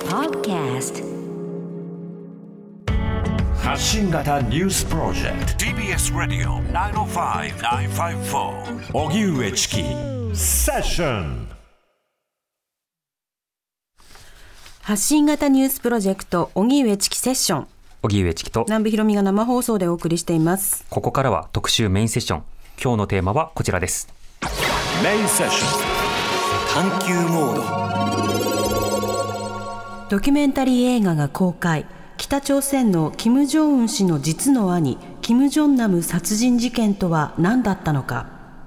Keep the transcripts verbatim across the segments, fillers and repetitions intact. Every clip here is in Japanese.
Podcast 発信型ニュースプロジェクト ティービーエス ラディオ きゅうまるご きゅうごよん荻上チキセッション。 発信型ニュースプロジェクト荻上チキセッション、 荻上チキと南部ひろみが生放送でお送りしています。 ここからは特集メインセッション。今日のテーマはこちらです。 メインセッション探求モード。 ドキュメンタリー映画が公開。北朝鮮のキム・ジョンウン氏の実の兄キム・ジョンナム殺人事件とは何だったのか。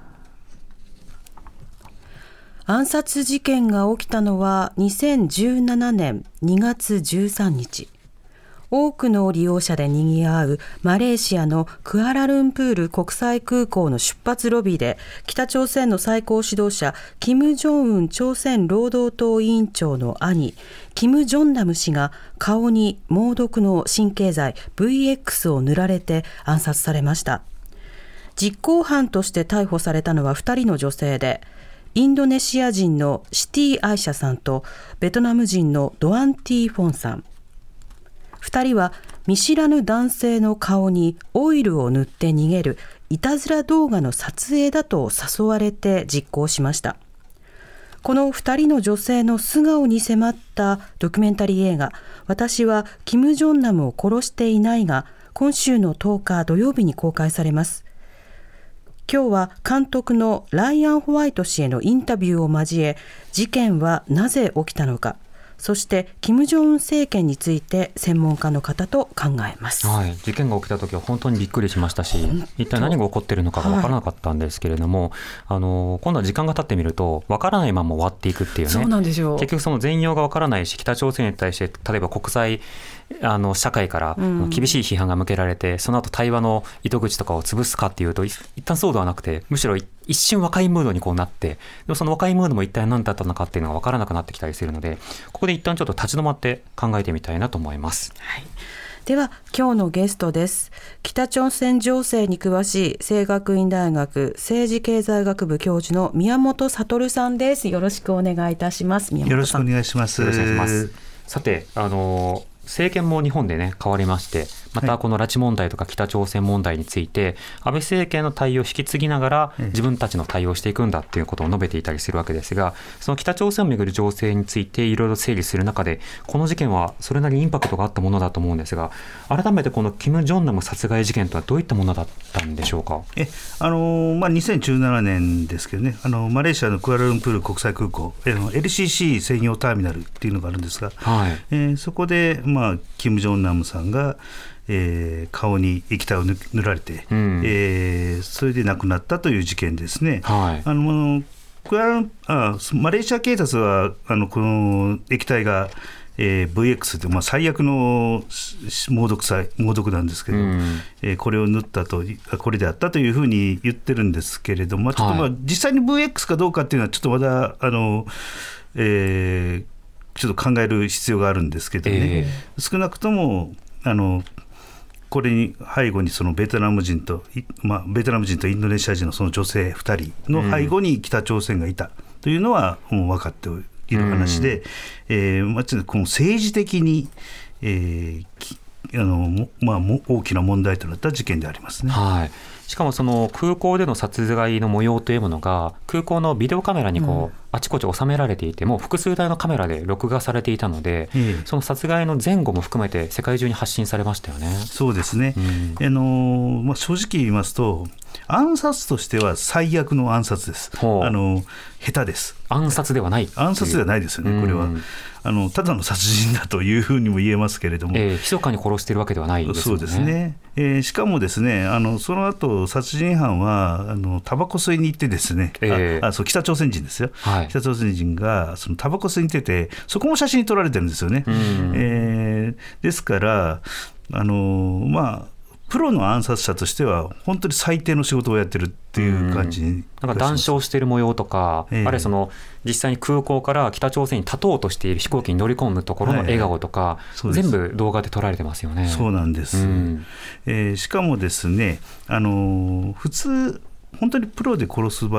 暗殺事件が起きたのはにせんじゅうななねんにがつじゅうさんにち。多くの利用者で賑わうマレーシアのクアラルンプール国際空港の出発ロビーで、北朝鮮の最高指導者キム・ジョンウン朝鮮労働党委員長の兄キム・ジョンナム氏が顔に猛毒の神経剤 ブイエックス を塗られて暗殺されました。実行犯として逮捕されたのはふたりの女性で、インドネシア人のシティ・アイシャさんとベトナム人のドアンティ・フォンさん。二人は見知らぬ男性の顔にオイルを塗って逃げるいたずら動画の撮影だと誘われて実行しました。この二人の女性の素顔に迫ったドキュメンタリー映画、私はキム・ジョンナムを殺していないが、今週のとおか土曜日に公開されます。今日は監督のライアン・ホワイト氏へのインタビューを交え、事件はなぜ起きたのか、そしてキム・ジョンウン政権について専門家の方と考えます。 はい、事件が起きた時は本当にびっくりしましたし、一体何が起こっているのかが分からなかったんですけれども、はい、あの今度は時間が経ってみると分からないまま終わっていくっていうね。 そうなんですよ。 結局その全容が分からないし、北朝鮮に対して例えば国際あの社会から厳しい批判が向けられて、うん、その後対話の糸口とかを潰すかっていうと、一旦そうではなくて、むしろ一瞬和解ムードにこうなって、でもその和解ムードも一体何だったのかっていうのが分からなくなってきたりするので、ここで一旦ちょっと立ち止まって考えてみたいなと思います。 はい、では今日のゲストです。北朝鮮情勢に詳しい清学院大学政治経済学部教授の宮本悟さんです。よろしくお願いいたします。宮本さん、 よろしくお願いします。 よろしくお願いします。さて、あの政権も日本でね変わりまして、またこの拉致問題とか北朝鮮問題について、安倍政権の対応を引き継ぎながら自分たちの対応をしていくんだっていうことを述べていたりするわけですが、その北朝鮮をめぐる情勢についていろいろ整理する中で、この事件はそれなりにインパクトがあったものだと思うんですが、改めてこのキム・ジョンナム殺害事件とはどういったものだったんでしょうか。 えあの、まあ、にせんじゅうななねんですけどね、あのマレーシアのクアラルンプール国際空港、えの エルシーシー 専用ターミナルっていうのがあるんですが、はい、えー、そこで、まあ、キム・ジョンナムさんがえー、顔に液体を塗られて、うん、えー、それで亡くなったという事件ですね。はい、あのクアラルあマレーシア警察はあのこの液体が、えー、ブイエックス という、まあ、最悪の猛毒剤猛毒なんですけど、うん、えー、これを塗ったとこれであったというふうに言ってるんですけれども、ちょっとまあ、はい、実際に ブイエックス かどうかっていうのはちょっとまだあの、えー、ちょっと考える必要があるんですけどね、えー、少なくともあのこれに背後にそのベトナム人と、まあ、ベトナム人とインドネシア人のその女性ふたりの背後に北朝鮮がいたというのはもう分かっている話で、うん、えーまあ、この政治的に、えーあのまあ、大きな問題となった事件でありますね。 はい、しかもその空港での殺害の模様というものが空港のビデオカメラにこう、うん、あちこち収められていて、もう複数台のカメラで録画されていたので、ええ、その殺害の前後も含めて世界中に発信されましたよね。 そうですね、うん、あのまあ、正直言いますと暗殺としては最悪の暗殺です。あの下手です。 暗殺ではない暗殺ではないですよね。これは、うん、あのただの殺人だというふうにも言えますけれども、 えー、密かに殺しているわけではないですよね。 そうですね、えー、しかもですね、あのその後殺人犯はあのタバコ吸いに行ってですね、えー、ああそう北朝鮮人ですよ、はい、北朝鮮人がそのタバコ吸いに行ってて、そこも写真に撮られてるんですよね。うん、えー、ですからあのまあプロの暗殺者としては本当に最低の仕事をやってるっていう感じに、うん、 なんか談笑している模様とか、えー、あるいはその実際に空港から北朝鮮に立とうとしている飛行機に乗り込むところの笑顔とか、はいはい、全部動画で撮られてますよね。 そうなんです、うん、えー、しかもですね、あのー、普通本当にプロで殺す場合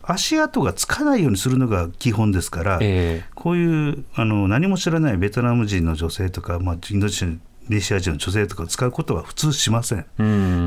足跡がつかないようにするのが基本ですから、えー、こういうあの何も知らないベトナム人の女性とか、まあ、インドネシア人の女性とかを使うことは普通しません。うん、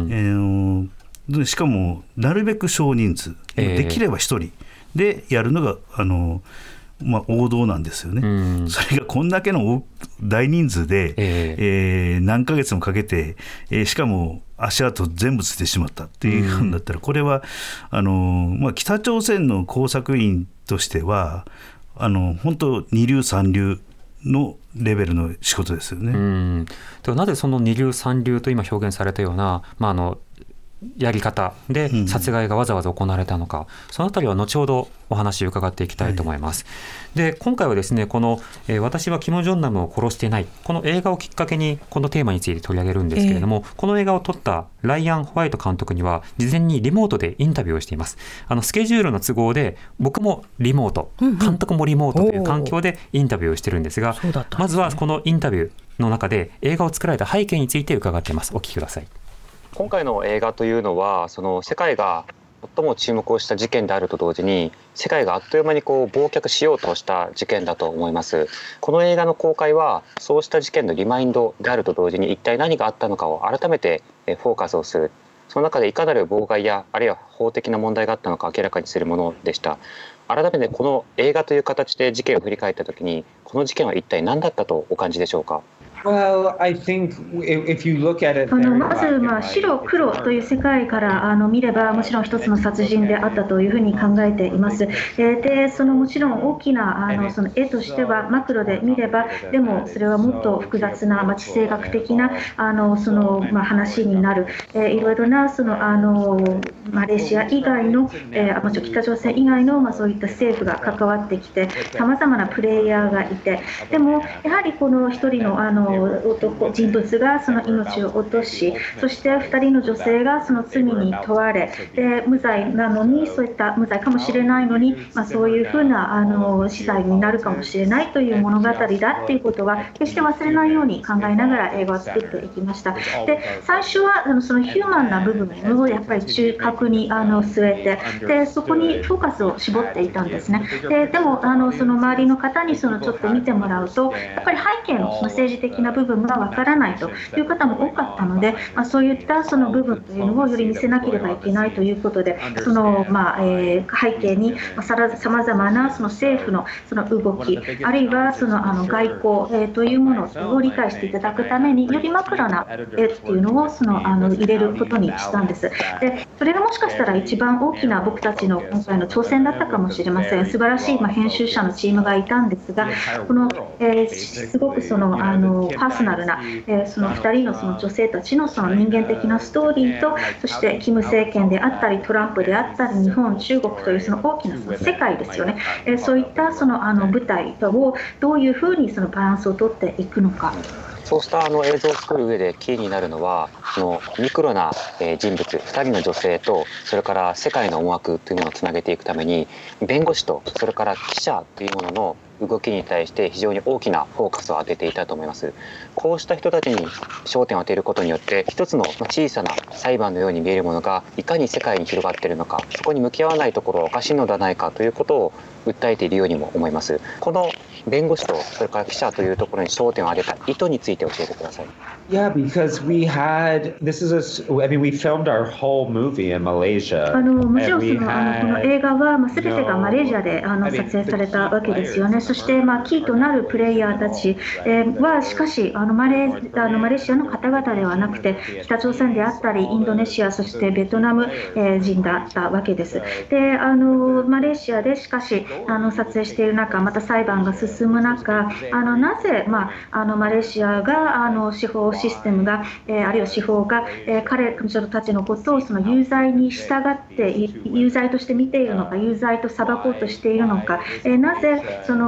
えーしかもなるべく少人数、えー、できればひとりでやるのがあの、まあ、王道なんですよね、うん、それがこんだけの大人数で、えーえー、何ヶ月もかけて、えー、しかも足跡全部ついてしまったっていうふうになったら、これはあの、まあ、北朝鮮の工作員としてはあの本当二流三流のレベルの仕事ですよね。うん、 ではなぜその二流三流と今表現されたような、まあ、あのやり方で殺害がわざわざ行われたのか、うん、そのあたりは後ほどお話を伺っていきたいと思います、はい、で今回はですねこの、えー、私はキム・ジョンナムを殺していないこの映画をきっかけにこのテーマについて取り上げるんですけれども、えー、この映画を撮ったライアン・ホワイト監督には事前にリモートでインタビューをしています。あのスケジュールの都合で僕もリモート、うんうん、監督もリモートという環境でインタビューをしてるんですが、すね、まずはこのインタビューの中で映画を作られた背景について伺っています。お聞きください。 今回の映画というのはその世界が最も注目をした事件であると同時に世界があっという間にこう忘却しようとした事件だと思います。この映画の公開はそうした事件のリマインドであると同時に一体何があったのかを改めてフォーカスをする、その中でいかなる妨害やあるいは法的な問題があったのか明らかにするものでした。改めてこの映画という形で事件を振り返ったときにこの事件は一体何だったとお感じでしょうか。 Well, I think if you look at it, あのまず、まあ、白黒という世界からあの見ればもちろん一つの殺人であったというふうに考えています。でそのもちろん大きなあのその絵としてはマクロで見ればでもそれはもっと複雑な、まあ、地政学的なあのその、まあ、話になる、えー、いろいろなそのあのマレーシア以外の、えー、もちろん北朝鮮以外の、まあ、そういった政府が関わってきてさまざまなプレイヤーがいて、でもやはりこの一人のあの男人物がその命を落とし、そしてふたりの女性がその罪に問われ、で無罪なのにそういった無罪かもしれないのに、まあ、そういうふうなあの死罪になるかもしれないという物語だっていうことは決して忘れないように考えながら映画を作っていきました。で最初はあのそのヒューマンな部分をやっぱり中核にあの据えて、でそこにフォーカスを絞っていたんですね。ででもあのその周りの方にそのちょっと見てもらうとやっぱり背景の政治的な部分がわからないという方も多かったので、まあ、そういったその部分というのをより見せなければいけないということで、その、まあえー、背景にさまざまなその政府のその動き、あるいはそのあの外交、えー、というものを理解していただくためによりマクロな絵っていうのをそのあの入れることにしたんです。でそれがもしかしたら一番大きな僕たちの今回の挑戦だったかもしれません。素晴らしい、まあ、編集者のチームがいたんですが、この、えー、すごくそのあのパーソナルな、えー、そのふたりのその女性たちのその人間的なストーリーと、そしてキム政権であったりトランプであったり日本、中国というその大きなその世界ですよね、えー、そういったそのあの舞台をどういうふうにそのバランスを取っていくのか。 そうしたあの映像を作る上でキーになるのはそのミクロな人物ふたりの女性とそれから世界の思惑というものをつなげていくために弁護士とそれから記者というものの動きに対して非常に大きなフォーカスを当てていたと思います。こうした人たちに焦点を当てることによって一つの小さな裁判のように見えるものがいかに世界に広がっているのか、そこに向き合わないところはおかしいのではないかということを訴えているようにも思います。この弁護士とそれから記者というところに焦点を当てた意図について教えてください。 Yeah, because we had this is a I mean we filmed our whole movie in Malaysia. あのもちろんそのあのこの映画はまあ全てがマレーシアであの撮影されたわけですよね。そしてまあキーとなるプレイヤーたちはしかしあのマレーあのマレーシアの方々ではなくて北朝鮮であったりインドネシアそしてベトナム人だったわけです。であのマレーシアでしかしあの撮影している中、また裁判が進む中、あのなぜまああのマレーシアがあの司法システムが、えー、あるいは司法が、えー、彼女たちのことをその有罪に従って有罪として見ているのか有罪と裁こうとしているのか、えー、なぜその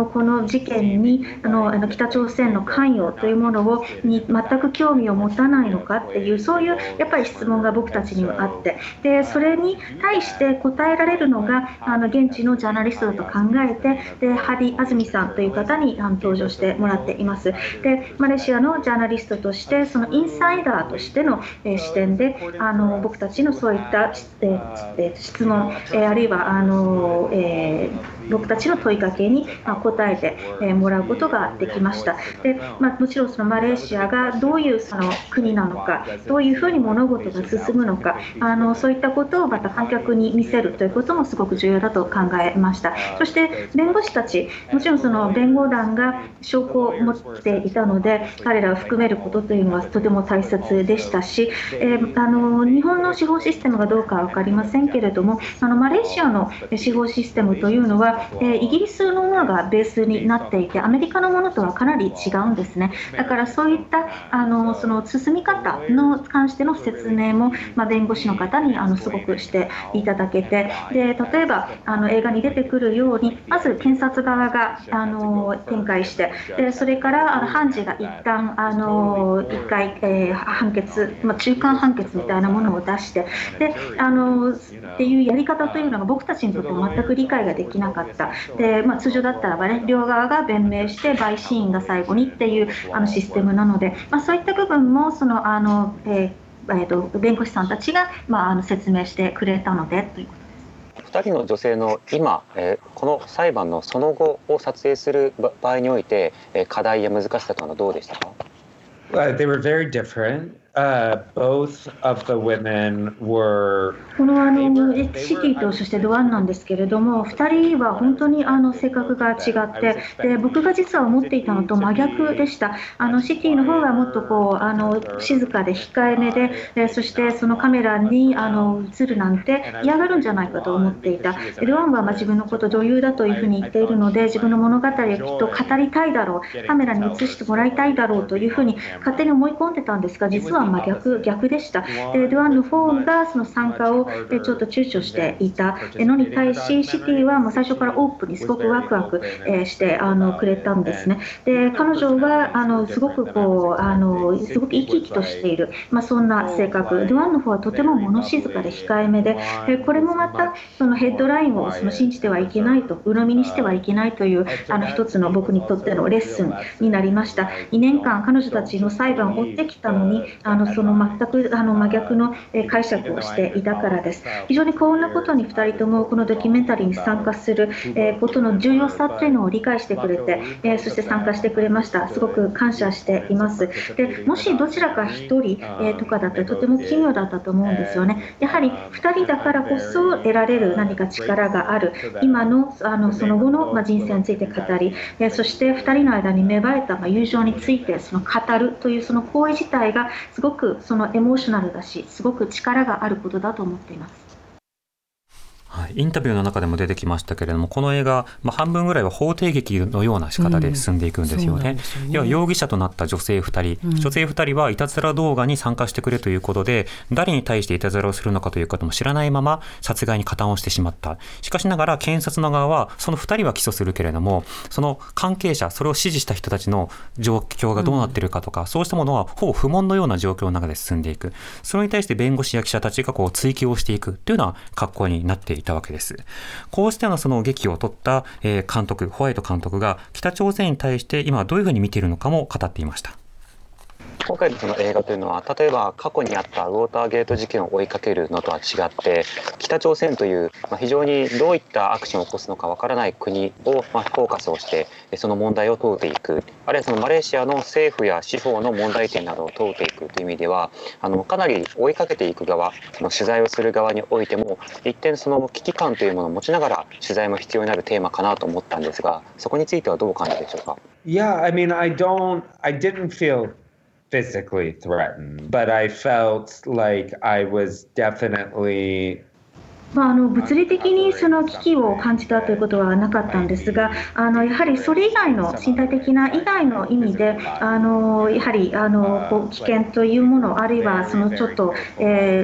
この事件にあのあの北朝鮮の関与というものをに全く興味を持たないのかっていう、そういうやっぱり質問が僕たちにはあって、でそれに対して答えられるのがあの現地のジャーナリストだと考えて、でハディ・アズミさんという方にあの登場してもらっています。でマレーシアのジャーナリストとしてそのインサイダーとしての、えー、視点であの僕たちのそういった、えー、質問、えー、あるいはあの、えー僕たちの問いかけに答えてもらうことができました。で、まあ、もちろんそのマレーシアがどういうその国なのか、どういうふうに物事が進むのか、あのそういったことをまた観客に見せるということもすごく重要だと考えました。そして弁護士たち、もちろんその弁護団が証拠を持っていたので、彼らを含めることというのはとても大切でしたし、えー、あの日本の司法システムがどうかは分かりませんけれども、あのマレーシアの司法システムというのはえー、イギリスのものがベースになっていて、アメリカのものとはかなり違うんですね。だからそういったあのその進み方の関しての説明も、まあ、弁護士の方にあのすごくしていただけて、で例えばあの映画に出てくるように、まず検察側があの展開して、でそれからあの判事が一旦あの一回、えー、判決、まあ、中間判決みたいなものを出して、であのっていうやり方というのが僕たちにとっても全く理解ができなかった。でまあ、通常だったらば、ね、両側が弁明して陪審員が最後にっていうあのシステムなので、まあ、そういった部分もそのあの、えーえー、と弁護士さんたちが、まあ、あの説明してくれたのでということです。 ふたりの女性の今、えー、この裁判のその後を撮影する場合において、えー、課題や難しさというのはどうでしたか？ Uh, they were very different. Uh, both of the women were このあのシティとそしてドアンなんですけれども、ふたりは本当にあの性格が違って、で僕が実は思っていたのと真逆でした。あのシティの方がもっとこうあの静かで控えめで、でそしてそのカメラにあの映るなんて嫌がるんじゃないかと思っていた。ドアンはまあ自分のこと女優だというふうに言っているので、自分の物語をきっと語りたいだろう、カメラに映してもらいたいだろうというふうに勝手に思い込んでたんですが、実は真逆逆でした。でドアンの方がその参加をちょっと躊躇していたのに対し、シティはもう最初からオープンにすごくワクワクしてあのくれたんですね。で彼女はあのすごくこうあのすごく生き生きとしている、まあ、そんな性格。ドアンの方はとても物静かで控えめで、これもまたそのヘッドラインをその信じてはいけないと、鵜呑みにしてはいけないというあの一つの僕にとってのレッスンになりました。にねんかん彼女たちの裁判を追ってきたのに、あのその全くあの真逆の解釈をしていたからです。非常に幸運なことにふたりともこのドキュメンタリーに参加することの重要さというのを理解してくれて、そして参加してくれました。すごく感謝しています。でもしどちらかひとりとかだったらとても奇妙だったと思うんですよね。やはりふたりだからこそ得られる何か力がある、今 の, あのその後の人生について語り、そしてふたりの間に芽生えた友情についてその語るというその行為自体がすごくそのエモーショナルだし、すごく力があることだと思っています。 はい、インタビューの中でも出てきましたけれども、この映画、まあ、半分ぐらいは法廷劇のような仕方で進んでいくんですよね。うん、要は容疑者となった女性ふたり、うん、女性ふたりはいたずら動画に参加してくれということで、誰に対していたずらをするのかということも知らないまま殺害に加担をしてしまった。しかしながら検察の側はそのふたりは起訴するけれども、その関係者、それを支持した人たちの状況がどうなっているかとか、うん、そうしたものはほぼ不問のような状況の中で進んでいく。それに対して弁護士や記者たちがこう追及をしていくというような格好になっていたわけです。こうしたようなその劇を撮った、えー、監督、ホワイト監督が北朝鮮に対して今どういうふうに見ているのかも語っていました。 今回のその映画というのは、例えば過去にあったウォーターゲート事件を追いかけるのとは違って、北朝鮮という、まあ、非常にどういったアクションを起こすのかわからない国を、まあ、フォーカスをしてその問題を問うていく、あるいはそのマレーシアの政府や司法の問題点などを問うていくという意味では、あのかなり追いかけていく側、その取材をする側においても一点その危機感というものを持ちながら取材も必要になるテーマかなと思ったんですが、そこについてはどうお感じでしょうか？ Yeah, I mean, I don't, I didn't feel physically threatened, but I felt like I was definitely まあ、あの物理的にその危機を感じたということはなかったんですが、あのやはりそれ以外の身体的な以外の意味で、あのやはりあのこう危険というもの、あるいはそのちょっと、えー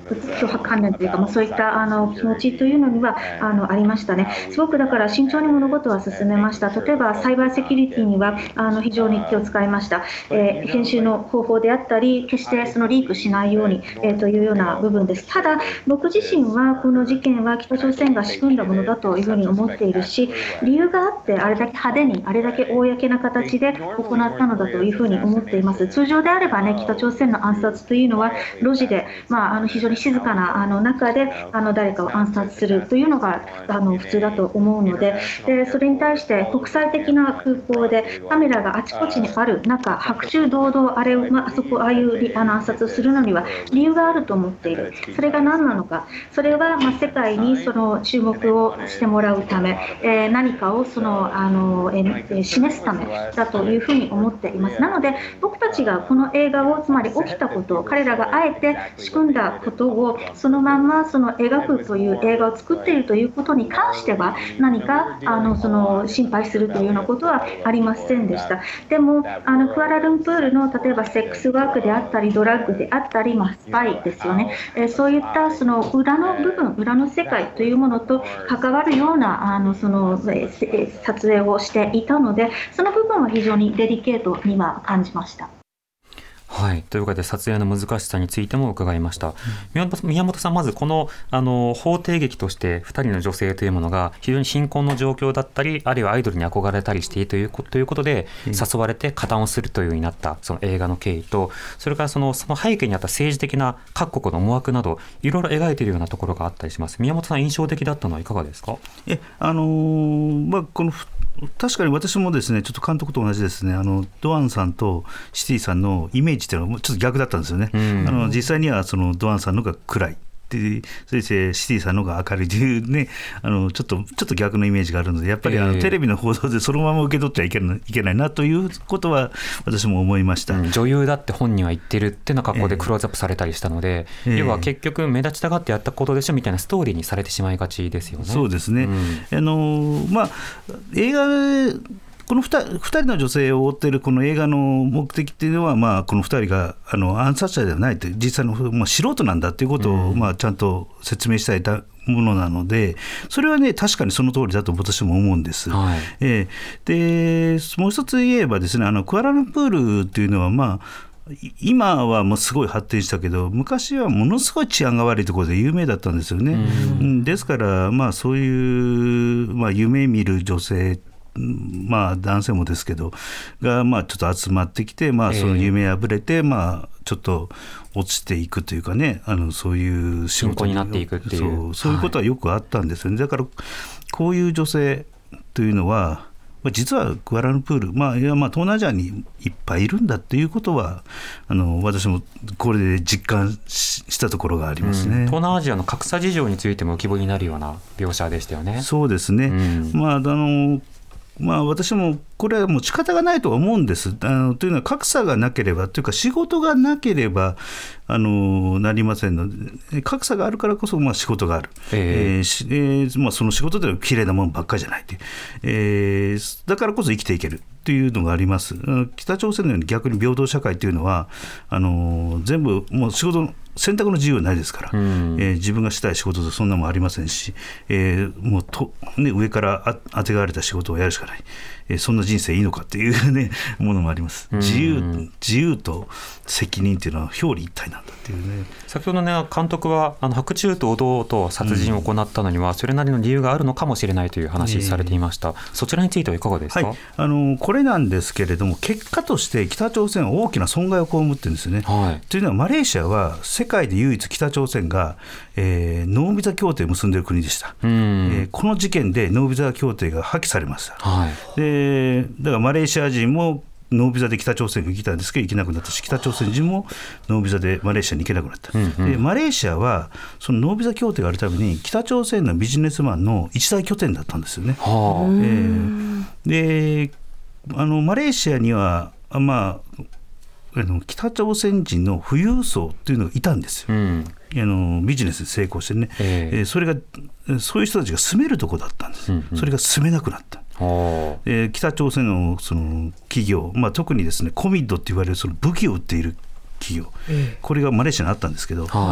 脅迫観念というか、まあ、そういったあの気持ちというのにはあのありましたね。すごくだから慎重に物事は進めました。例えばサイバーセキュリティにはあの非常に気を使いました。えー、編集の方法であったり、決してそのリークしないように、えー、というような部分です。ただ僕自身はこの事件は北朝鮮が仕組んだものだというふうに思っているし、理由があってあれだけ派手にあれだけ公な形で行ったのだというふうに思っています。通常であればね、北朝鮮の暗殺というのは路地で、まあ、あの非常に静かなあの中であの誰かを暗殺するというのがあの普通だと思うので、でそれに対して国際的な空港でカメラがあちこちにある中、白昼堂々あれを、まあ、あそこああいうあの暗殺をするのには理由があると思っている。それが何なのか、それはまあ世界にその注目をしてもらうため、えー、何かをそのあの、えー、示すためだというふうに思っています。なので僕たちがこの映画を、つまり起きたことを、彼らがあえて仕組んだことをそのままその描くという映画を作っているということに関しては何かあのその心配するというようなことはありませんでした。でもあのクアラルンプールの例えばセックスワークであったりドラッグであったり、まあ、スパイですよね、えー、そういったその裏の部分、裏の世界というものと関わるようなあのその、えー、撮影をしていたので、その部分は非常にデリケートには感じました。 はい、ということで撮影の難しさについても伺いました。うん、宮本、宮本さん、まずこの、あの法廷劇としてふたりの女性というものが非常に貧困の状況だったり、あるいはアイドルに憧れたりしているということ、ということで誘われて加担をするというようになったその映画の経緯と、それからその、その背景にあった政治的な各国の思惑などいろいろ描いているようなところがあったりします。宮本さん、印象的だったのはいかがですか？ え、あのーまあ、この確かに私もですね、ちょっと監督と同じですね、あのドアンさんとシティさんのイメージっていうのはちょっと逆だったんですよね。うん、あの実際にはそのドアンさんのが暗いで、そしてシティさんのが明るいというね、あのちょっとちょっと逆のイメージがあるので、やっぱりあの、えー、テレビの報道でそのまま受け取っちゃいけない、いけないなということは私も思いました。うん、 女優だって本人は言ってるっていうような格好でクローズアップされたりしたので、えー、要は結局目立ちたがってやったことでしょみたいなストーリーにされてしまいがちですよね。 そうですね。うん、あのまあ映画この 2, 2人の女性を追っているこの映画の目的っていうのは、まあ、このふたりがあの暗殺者ではないという実際の、まあ、素人なんだということを、うんまあ、ちゃんと説明したいものなので、それはね確かにその通りだと私も思うんです。はい、えー、でもう一つ言えばですね、あのクアラルンプールっていうのはまあ今はもうすごい発展したけど、昔はものすごい治安が悪いところで有名だったんですよね。うん、ですから、まあ、そういう、まあ、夢見る女性、まあ、男性もですけどが、まあ、ちょっと集まってきて、まあ、その夢破れて、えーまあ、ちょっと落ちていくというかね、あのそういう仕事になっていくっていう、 そう、そういうことはよくあったんですよね。はい、だからこういう女性というのは実はクアラルンプール、まあ、いやまあ東南アジアにいっぱいいるんだということはあの私もこれで実感 し, したところがありますね。うん、 東南アジアの格差事情についても浮き彫りになるような描写でしたよね。 そうですね。うん、まああのまあ、私もこれはもう仕方がないとは思うんです。あのというのは格差がなければというか仕事がなければあのなりませんので、格差があるからこそまあ仕事がある、えーえーえーまあ、その仕事ではきれいなものばっかりじゃないという、えー、だからこそ生きていけるというのがあります。北朝鮮のように逆に平等社会というのはあの全部もう仕事の選択の自由はないですから、うんえー、自分がしたい仕事とそんなもんありませんし、えーもうとね、上からあ当てがわれた仕事をやるしかない、えー、そんな人生いいのかっていう、ね、ものもあります。自由、自由と責任というのは表裏一体なんだっていうね。 先ほどね監督はあの白昼と堂々と殺人を行ったのにはそれなりの理由があるのかもしれないという話されていました。えー、そちらについてはいかがですか？ はい、あのこれなんですけれども、結果として北朝鮮は大きな損害を被ってるんですよね。はい、というのはマレーシアは世界で唯一北朝鮮が、えー、ノービザ協定を結んでいる国でした。うん、えー、この事件でノービザ協定が破棄されました。はい、でだからマレーシア人もノービザで北朝鮮に行きたんですけど行けなくなったし、北朝鮮人もノービザでマレーシアに行けなくなった。うんうん、でマレーシアはそのノービザ協定があるために北朝鮮のビジネスマンの一大拠点だったんですよね。はあ、えー、であのマレーシアには、まあ、あの北朝鮮人の富裕層というのがいたんですよ。うん、あのビジネスで成功してね、えーえー、それがそういう人たちが住めるところだったんです。うんうん、それが住めなくなった。えー、北朝鮮 の, その企業、まあ、特にですねコミッドって言われるその武器を売っている企業、えー、これがマレーシアにあったんですけど、はい、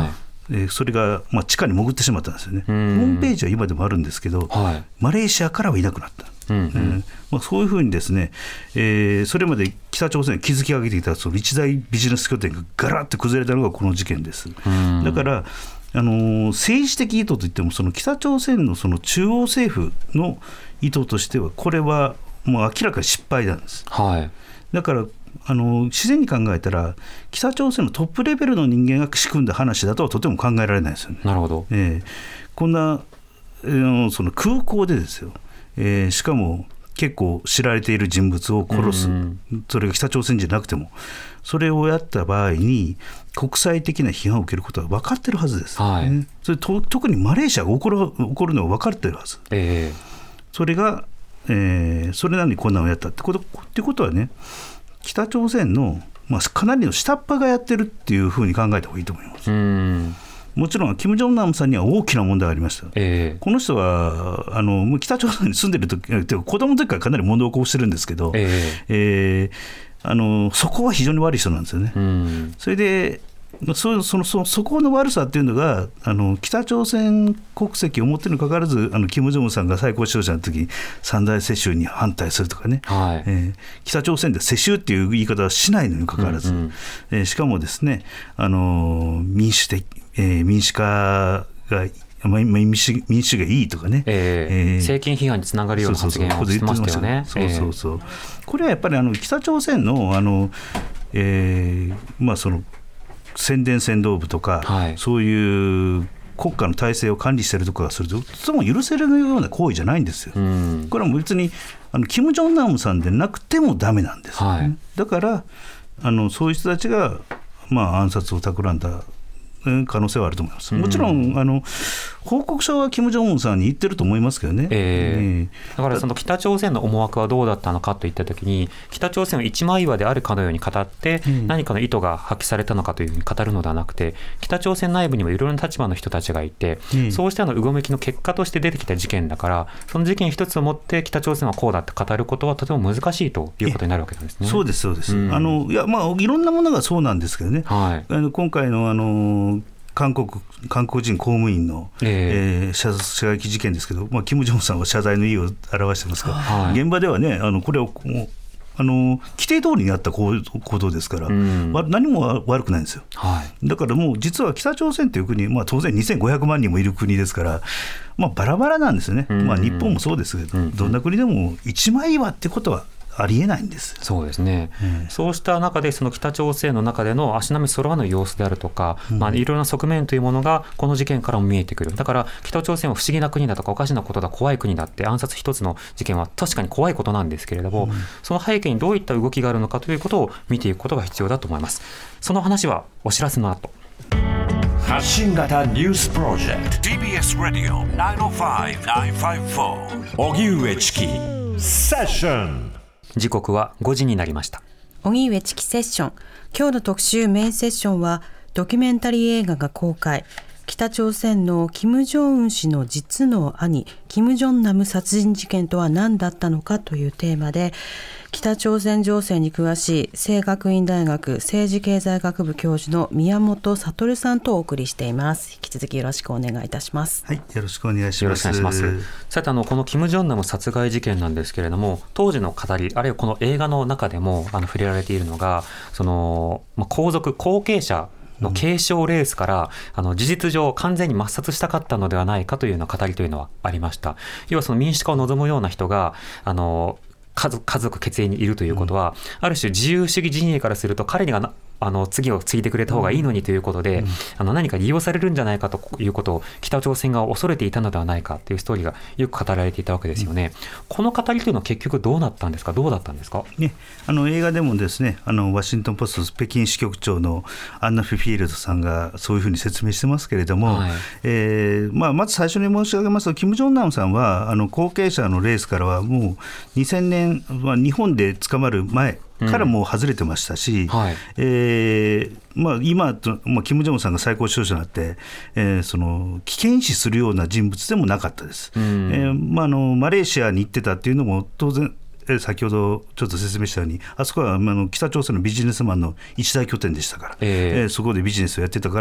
えー、それが、まあ、地下に潜ってしまったんですよね。ホームページは今でもあるんですけど、はい、マレーシアからはいなくなった、うんうんうんまあ、そういうふうにですね、えー、それまで北朝鮮が築き上げてきたその一大ビジネス拠点がガラッと崩れたのがこの事件です。だからあのー、政治的意図といってもその北朝鮮のその中央政府の意図としてはこれはもう明らかに失敗なんです、はい、だからあの自然に考えたら北朝鮮のトップレベルの人間が仕組んだ話だとはとても考えられないですよね。 なるほど、 えー、こんな、えー、その空港でですよ、えー、しかも結構知られている人物を殺す、うんうん、それが北朝鮮じゃなくてもそれをやった場合に国際的な批判を受けることは分かってるはずです、はいね、それと特にマレーシアが起こる、起こるのは分かってるはず、えー、それが、えー、それなのにこんなのをやったってこと、ってことはね北朝鮮の、まあ、かなりの下っ端がやってるっていうふうに考えた方がいいと思います。うんもちろん金正恩さんには大きな問題がありました、えー、この人はあの北朝鮮に住んでる時子供の時からかなり問題を起こしてるんですけど、えーえー、あのそこは非常に悪い人なんですよね。うんそれでそ, そ, の そ, そこの悪さっていうのがあの北朝鮮国籍を持っているにもかかわらずあの金正恩さんが最高指導者の時に三大世襲に反対するとかね、はいえー、北朝鮮で世襲っていう言い方はしないのにもかかわらず、うんうんえー、しかもですねあの民主的、えー、民主化が民主, 民主がいいとかね、えーえー、 政権批判につながるような発言をしてましたよね。 そうそうそう、これはやっぱりあの北朝鮮のあの、えー、まあその宣伝先導部とか、はい、そういう国家の体制を管理しているところがするとそも許せるような行為じゃないんですよ、うん、これは別にあの金正恩さんでなくてもダメなんですよね、はい、だからあのそういう人たちが、まあ、暗殺を企んだ可能性はあると思います。もちろん、うん、あの報告書は金正恩さんに言ってると思いますけどね、 えー、だからその北朝鮮の思惑はどうだったのかといったときに北朝鮮を一枚岩であるかのように語って何かの意図が発揮されたのかというふうに語るのではなくて北朝鮮内部にもいろいろな立場の人たちがいて、うん、そうしたのうごめきの結果として出てきた事件だからその事件一つをもって北朝鮮はこうだって語ることはとても難しいということになるわけなんですね。 そうですそうです、うん、あのいや、まあ、いろんなものがそうなんですけどね、はい、あの今回のあの韓国、韓国人公務員の、えーえー、射射撃事件ですけど、まあ、金正恩さんは謝罪の意を表してますが、はい、現場ではねあのこれをあの規定通りにあった行動ですから、うん、何も悪くないんですよ、はい、だからもう実は北朝鮮という国、まあ、当然にせんごひゃくまんにんもいる国ですから、まあ、バラバラなんですよね、うんまあ、日本もそうですけど、うん、どんな国でも一枚岩ってことはありえないんです。 そうですね、うん、そうした中でその北朝鮮の中での足並み揃わぬ様子であるとか、うんまあ、いろいろな側面というものがこの事件からも見えてくる。だから北朝鮮は不思議な国だとかおかしなことだ怖い国だって暗殺一つの事件は確かに怖いことなんですけれども、うん、その背景にどういった動きがあるのかということを見ていくことが必要だと思います。その話はお知らせの後。 発信型ニュースプロジェクト ティービーエス ラディオ きゅうまるご きゅうごよん荻上チキセッション。 時刻はごじになりました。 荻上チキセッション。今日の特集メインセッションはドキュメンタリー映画が公開。北朝鮮の金正恩氏の実の兄金正男殺人事件とは何だったのかというテーマで、北朝鮮情勢に詳しい清学院大学政治経済学部教授の宮本悟さんとお送りしています。引き続きよろしくお願いいたします。 はい、よろしくお願いします。 よろしくお願いします。さてあのこの金正男殺害事件なんですけれども、当時の語りあるいはこの映画の中でもあの触れられているのがその、まあ、皇族後継者の継承レースから、うん、あの事実上完全に抹殺したかったのではないかというような語りというのはありました。要はその民主化を望むような人があの家族、家族血縁にいるということは、うん、ある種自由主義陣営からすると彼にがなあの次を継いでくれた方がいいのにということで、うん、あの何か利用されるんじゃないかということを北朝鮮が恐れていたのではないかというストーリーがよく語られていたわけですよね、うん、この語りというのは結局どうなったんですか、どうだったんですか、 ね、あの映画でもですねあのワシントンポスト北京支局長のアンナ・フィフィールドさんがそういうふうに説明してますけれども、はいえーまあ、まず最初に申し上げますと金正男さんはあの後継者のレースからはもうにせんねん、まあ、日本で捕まる前からもう外れてましたし、うんはいえーまあ、今、まあ、金正恩さんが最高指導者になって、えー、その危険視するような人物でもなかったです、うんえーまあ、あのマレーシアに行ってたっていうのも当然先ほどちょっと説明したようにあそこはあの北朝鮮のビジネスマンの一大拠点でしたから、えーえー、そこでビジネスをやってたから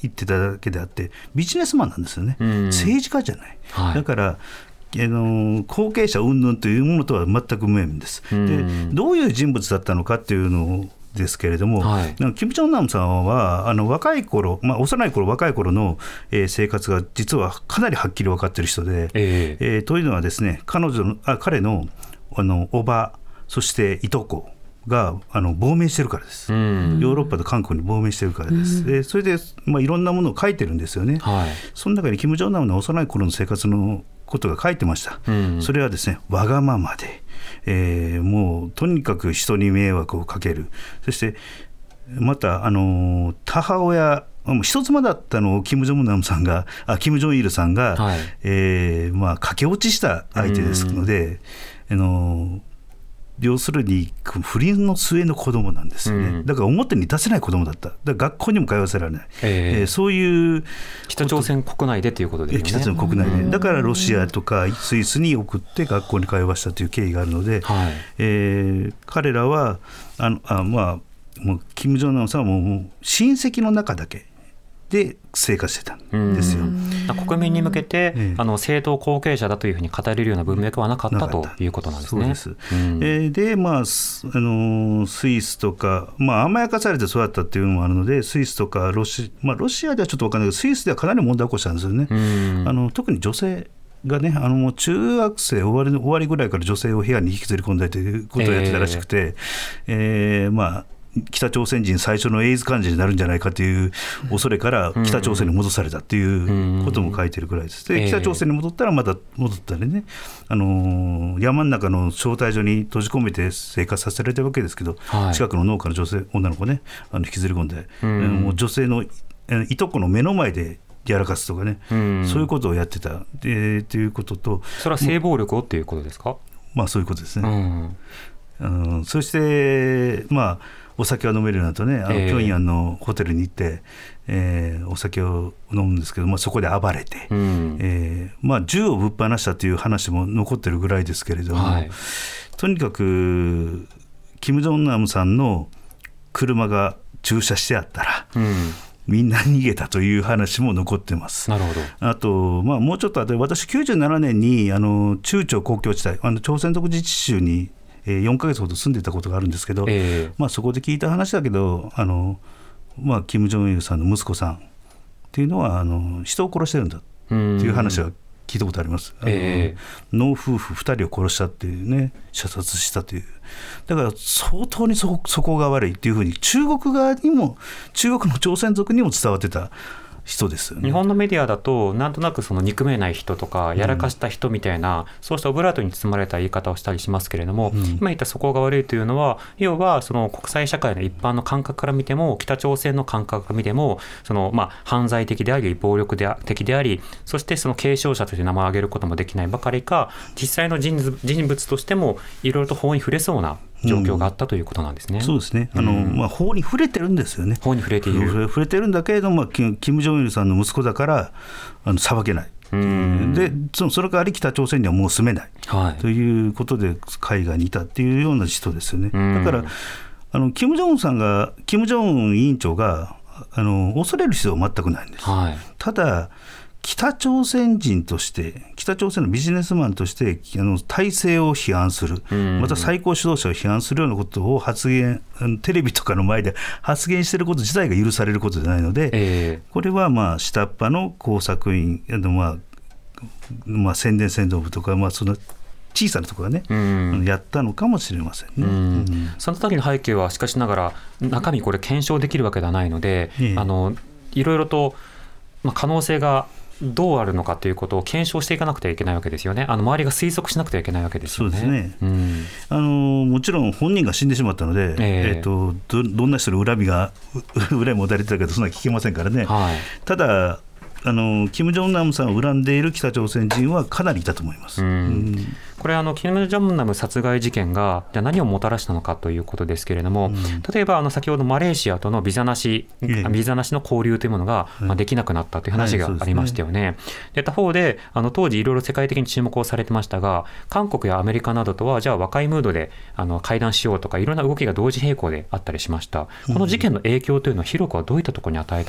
言ってただけであってビジネスマンなんですよね、うん、政治家じゃない、はい、だからあの後継者云々というものとは全く無縁です、うん、でどういう人物だったのかっていうのをですけれども、はい、キム・ジョンナムさんはあの若い頃、まあ、幼い頃若い頃の、えー、生活が実はかなりはっきり分かっている人で、えーえー、というのはですね彼女のあ彼のあの叔母そしていとこがあの亡命してるからです、うん、ヨーロッパと韓国に亡命してるからです、うん、でそれで、まあ、いろんなものを書いてるんですよね、はい、その中にキム・ジョンナムの幼い頃の生活のことが書いてました、うん、それはですねわがままで、えー、もうとにかく人に迷惑をかける、そしてまたあの母親一妻だったのをキム・ジョンナムさんがあキム・ジョンイルさんが、はいえーまあ、駆け落ちした相手ですので、あの要するに不倫の末の子供なんですよね、うん、だから表に出せない子供だった、だから学校にも通わせられない、えーえー、そういう北朝鮮国内でということですね、 北朝鮮国内で、うん、だからロシアとかスイスに送って学校に通わせたという経緯があるので、はいえー、彼らはあのあ、まあ、もうキム・ジョンナムさんはもう親戚の中だけで生活してたんですよ。 国民に向けて、ええ、あの政党後継者だというふうに語れるような文脈はなかったということなんですね。 そうです、うんえー、で、まあ、あのスイスとか、まあ、甘やかされて育ったっていうのもあるのでスイスとかロシ、まあ、ロシアではちょっと分からないけどスイスではかなり問題を起こしたんですよね。あの特に女性がね、あのもう中学生終わりの終わりぐらいから女性を部屋に引きずり込んだということをやってたらしくて、えーえー、まあ北朝鮮人最初のエイズ患者になるんじゃないかという恐れから北朝鮮に戻されたということも書いてるくらいです。で北朝鮮に戻ったらまた戻ったりね、あの山の中の招待所に閉じ込めて生活させられてるわけですけど、はい、近くの農家の女性女の子ねあの引きずり込んで、うん、もう女性のいとこの目の前でやらかすとかね、うん、そういうことをやってたでということと、 それは性暴力をっていうことですか？ まあそういうことですね、うんうん、そしてまあお酒が飲めるようになるとね、あの平壌のホテルに行って、えー、お酒を飲むんですけど、まあ、そこで暴れて、うんえーまあ、銃をぶっ放したという話も残ってるぐらいですけれども、はい、とにかくキム・ジョンナムさんの車が駐車してあったら、うんみんな逃げたという話も残ってます。 なるほど。 あと、まあ、もうちょっと後で私きゅうじゅうななねんにあの中朝国境地帯あの朝鮮族自治州によんかげつほど住んでいたことがあるんですけど、えーまあ、そこで聞いた話だけどあの、まあ、キム・ジョンイルさんの息子さんっていうのはあの人を殺してるんだっていう話は聞いたことあります。あの、えー、農夫婦ふたりを殺したっていうね射殺したという、だから相当にそこが悪いっていうふうに中国側にも中国の朝鮮族にも伝わってた人ですよね。 日本のメディアだとなんとなくその憎めない人とかやらかした人みたいな、うん、そうしたオブラートに包まれた言い方をしたりしますけれども、うん、今言ったそこが悪いというのは要はその国際社会の一般の感覚から見ても北朝鮮の感覚から見てもその、まあ、犯罪的であり暴力的であり、そしてその継承者として名前を挙げることもできないばかりか実際の 人, 人物としてもいろいろと法に触れそうな状況があったということなんですね。 うん、そうですね。あの、うんまあ、法に触れてるんですよね。 法に触れている。 触れてるんだけれども、キム・ジョンイルさんの息子だからあの裁けない。うんでそのそれから北朝鮮にはもう住めない、はい、ということで海外にいたっていうような人ですよね。だからあのキム・ジョンさんがキム・ジョン委員長があの恐れる必要は全くないんです。はい、ただ北朝鮮人として北朝鮮のビジネスマンとしてあの体制を批判する、また最高指導者を批判するようなことを発言テレビとかの前で発言していること自体が許されることじゃないので、えー、これはまあ下っ端の工作員あの、まあまあ、宣伝宣伝部とか、まあ、その小さなところがね、うん、やったのかもしれませんね。うんうん、 その時の背景はしかしながら中身これ検証できるわけではないので、えー、あのいろいろと、まあ、可能性がどうあるのかということを検証していかなくてはいけないわけですよね。あの周りが推測しなくてはいけないわけですよね。 そうですね、うん、あのもちろん本人が死んでしまったので、えーえー、と ど, どんな人の恨みが恨み持たれてたかそんな聞けませんからね、はい、ただあのキム・ジョンナムさんを恨んでいる北朝鮮人はかなりいたと思います。うんうん、 これあのキム・ジョンナム殺害事件がじゃ何をもたらしたのかということですけれども、うん、例えばあの先ほどマレーシアとのビザなし、ええ、ビザなしの交流というものが、はいまあ、できなくなったという話がありましたよね。はい、で他方であの当時いろいろ世界的に注目をされてましたが韓国やアメリカなどとはじゃあ和解ムードであの会談しようとかいろんな動きが同時並行であったりしました。この事件の影響というのは広くはどういったところに与えたと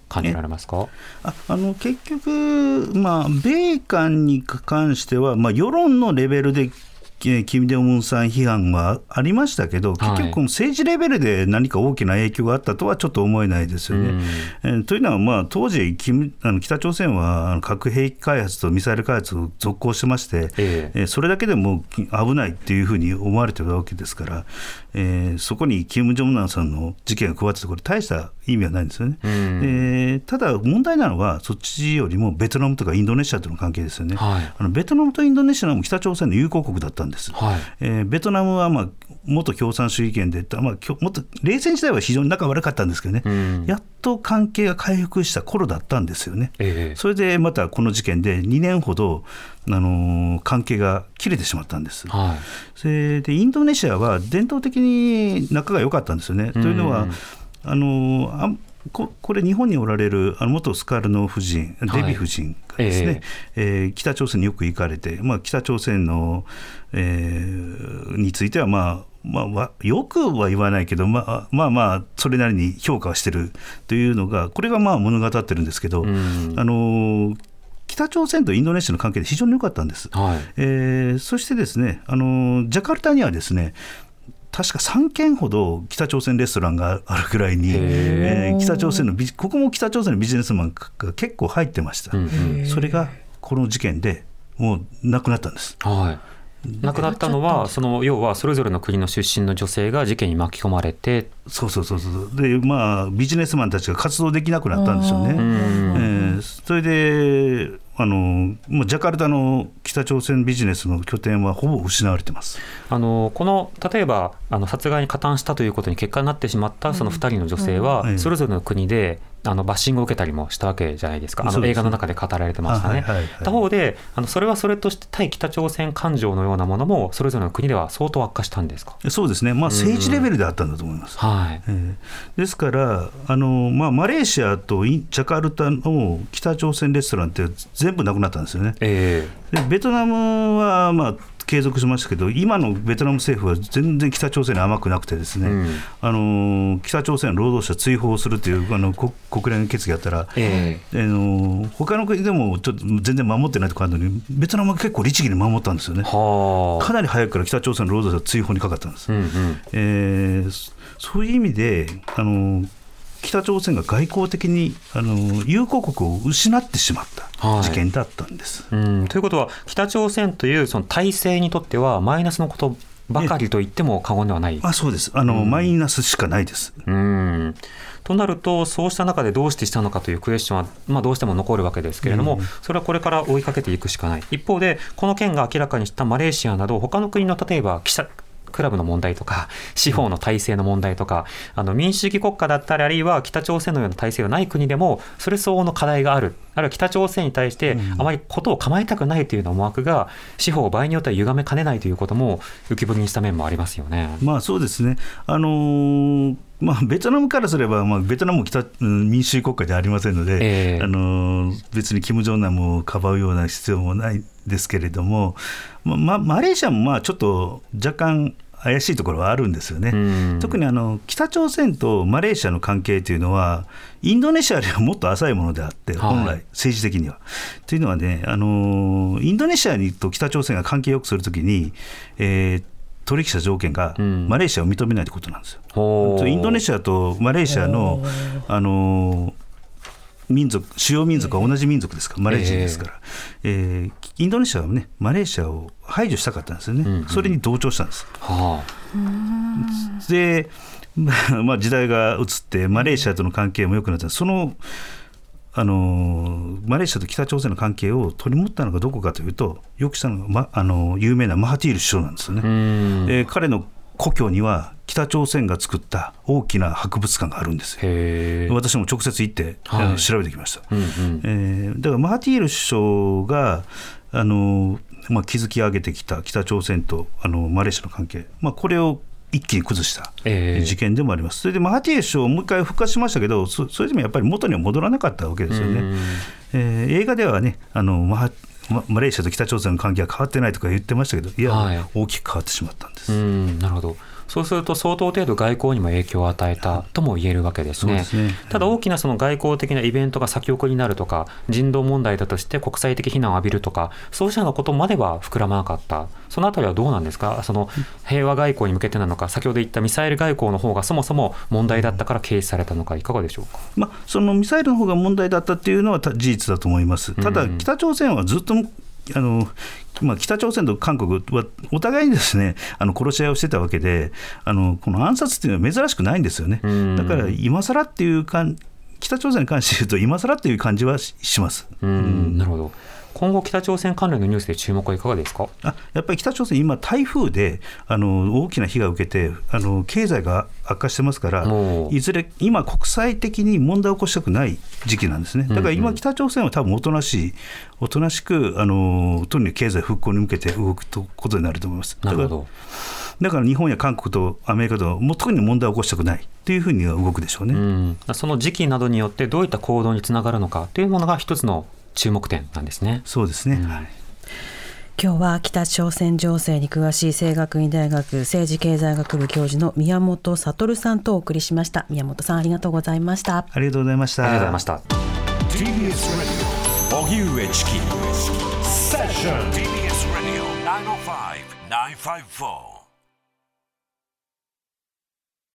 感じられますか？ ああの結局、まあ、米韓に関しては、まあ、世論のレベルでキム・デムンさん批判はありましたけど、結局、政治レベルで何か大きな影響があったとはちょっと思えないですよね。うんえー、というのは、まあ、当時キム、あの北朝鮮は核兵器開発とミサイル開発を続行してまして、えー、それだけでも危ないっていうふうに思われているわけですから、えー、そこにキム・ジョンナムさんの事件が加わって、これ大した意味はないんですよね。うんえー、ただ問題なのは、そっちよりもベトナムとかインドネシアとの関係ですよね。はい、あのベトナムとインドネシアも北朝鮮の友好国だったんです。はいえー、ベトナムは、まあ、元共産主義圏で、まあ、もっと冷戦時代は非常に仲悪かったんですけどね、うん、やっと関係が回復した頃だったんですよね。えー、それでまたこの事件でにねんほど、あのー、関係が切れてしまったんです。はい、それでインドネシアは伝統的に仲が良かったんですよね。うん、というのはあのー、あこ, これ日本におられるあの元スカルノ夫人、デヴィ夫人がですね、はいえーえー、北朝鮮によく行かれて、まあ、北朝鮮の、えー、については、まあまあ、よくは言わないけど、まあ、まあまあそれなりに評価をしているというのが、これがまあ物語ってるんですけど、うん、あの北朝鮮とインドネシアの関係で非常に良かったんです。はいえー、そしてですね、あのジャカルタにはですね確かさんけんほど北朝鮮レストランがあるくらいに、えー、北朝鮮のビここも北朝鮮のビジネスマンが結構入ってました。それがこの事件でもうなくなったんです。はい、 亡くなったのはその要はそれぞれの国の出身の女性が事件に巻き込まれて、 そうそうそうそうで、まあ、ビジネスマンたちが活動できなくなったんですよね。えー、それであのもうジャカルタの北朝鮮ビジネスの拠点はほぼ失われています。 あのこの例えばあの殺害に加担したということに結果になってしまったそのふたりの女性は、うんうん、それぞれの国であのバッシングを受けたりもしたわけじゃないですか。あの映画の中で語られてましたね。はいはいはい、他方であのそれはそれとして対北朝鮮感情のようなものもそれぞれの国では相当悪化したんですか？ そうですね、まあ、政治レベルであったんだと思います。うんはいえー、ですからあの、まあ、マレーシアとジャカルタの北朝鮮レストランって全部なくなったんですよね。えー、でベトナムは、まあ継続しましたけど、今のベトナム政府は全然北朝鮮に甘くなくてですね、うん、あの北朝鮮の労働者追放するというあの国連の決議があったら、えー、あの他の国でもちょっと全然守ってないところあるのに、ベトナムは結構律儀に守ったんですよね。かなり早くから北朝鮮の労働者追放にかかったんです。うんうんえー、そういう意味であの北朝鮮が外交的にあの友好国を失ってしまった事件だったんです。 はい、うんということは北朝鮮というその体制にとってはマイナスのことばかりと言っても過言ではない。 あそうですあの、うん、マイナスしかないです。 うんとなるとそうした中でどうしてしたのかというクエスチョンは、まあ、どうしても残るわけですけれども、うん、それはこれから追いかけていくしかない。一方でこの件が明らかにしたマレーシアなど他の国の例えば記者クラブの問題とか司法の体制の問題とか、あの民主主義国家だったりあるいは北朝鮮のような体制がない国でもそれ相応の課題がある、あるいは北朝鮮に対してあまりことを構えたくないというような思惑が司法を場合によっては歪めかねないということも浮き彫りにした面もありますよね。 まあそうですね、あのーまあ、ベトナムからすれば、まあ、ベトナムも北、うん、民主主義国家ではありませんので、えーあのー、別にキム・ジョンナムをかばうような必要もないですけれども、まま、マレーシアもまあちょっと若干怪しいところはあるんですよね。特にあの北朝鮮とマレーシアの関係というのはインドネシアよりはもっと浅いものであって、本来政治的には、はい、というのはね、あのインドネシアと北朝鮮が関係を良くするときに、えー取引した条件がマレーシアを認めないということなんですよ。うん、インドネシアとマレーシアの、あの民族主要民族は同じ民族ですから、マレーシアですから、えーえー、インドネシアは、ね、マレーシアを排除したかったんですよね。うんうん、それに同調したんです。はあ、で、まあ、時代が移ってマレーシアとの関係も良くなった。そのあのマレーシアと北朝鮮の関係を取り持ったのがどこかというと、よくしたのが、ま、あの有名なマハティール首相なんですよね。えー、彼の故郷には北朝鮮が作った大きな博物館があるんですよ。へ私も直接行って、はい、調べてきました。うんうんえー、だからマハティール首相があの、まあ、築き上げてきた北朝鮮とあのマレーシアの関係、まあ、これを一気に崩した事件でもあります。それでマハティール首相をもう一回復活しましたけど、そ, それでもやっぱり元には戻らなかったわけですよね。えー、映画ではね、あのマハマ, マレーシアと北朝鮮の関係は変わってないとか言ってましたけど、いや、はい、大きく変わってしまったんです。 うん、なるほど。そうすると相当程度外交にも影響を与えたとも言えるわけですね。そうですね。ただ大きなその外交的なイベントが先送りになるとか、人道問題だとして国際的非難を浴びるとか、そうしたようなことまでは膨らまなかった。そのあたりはどうなんですか。その平和外交に向けてなのか、先ほど言ったミサイル外交の方がそもそも問題だったから軽視されたのか、いかがでしょうか。 まあ、そのミサイルの方が問題だったっていうのは事実だと思います。ただ北朝鮮はずっとあのまあ、北朝鮮と韓国はお互いにですね、あの殺し合いをしてたわけで、あのこの暗殺っていうのは珍しくないんですよね。だから今更っていうか、北朝鮮に関して言うと今更っていう感じは し, します。 うん、うん、なるほど。今後北朝鮮関連のニュースで注目はいかがですか。 あやっぱり北朝鮮今台風であの大きな被害を受けてあの経済が悪化してますから、いずれ今国際的に問題を起こしたくない時期なんですね。だから今北朝鮮は多分おとなしいおとなしくあのとにかく経済復興に向けて動くことになると思います。 なるほど。 だから日本や韓国とアメリカともう特に問題を起こしたくないというふうには動くでしょうね。うん、 その時期などによってどういった行動につながるのかというものが一つの注目点なんですね。 そうですね、 うん、 はい。 今日は北朝鮮情勢に詳しい清学院大学政治経済学部教授の宮本悟さんとお送りしました。宮本さん、ありがとうございました。 ありがとうございました。 ありがとうございました。 ティービーエス ラジオ荻上チキセッション ティービーエス ラジオきゅうまるご きゅうごよん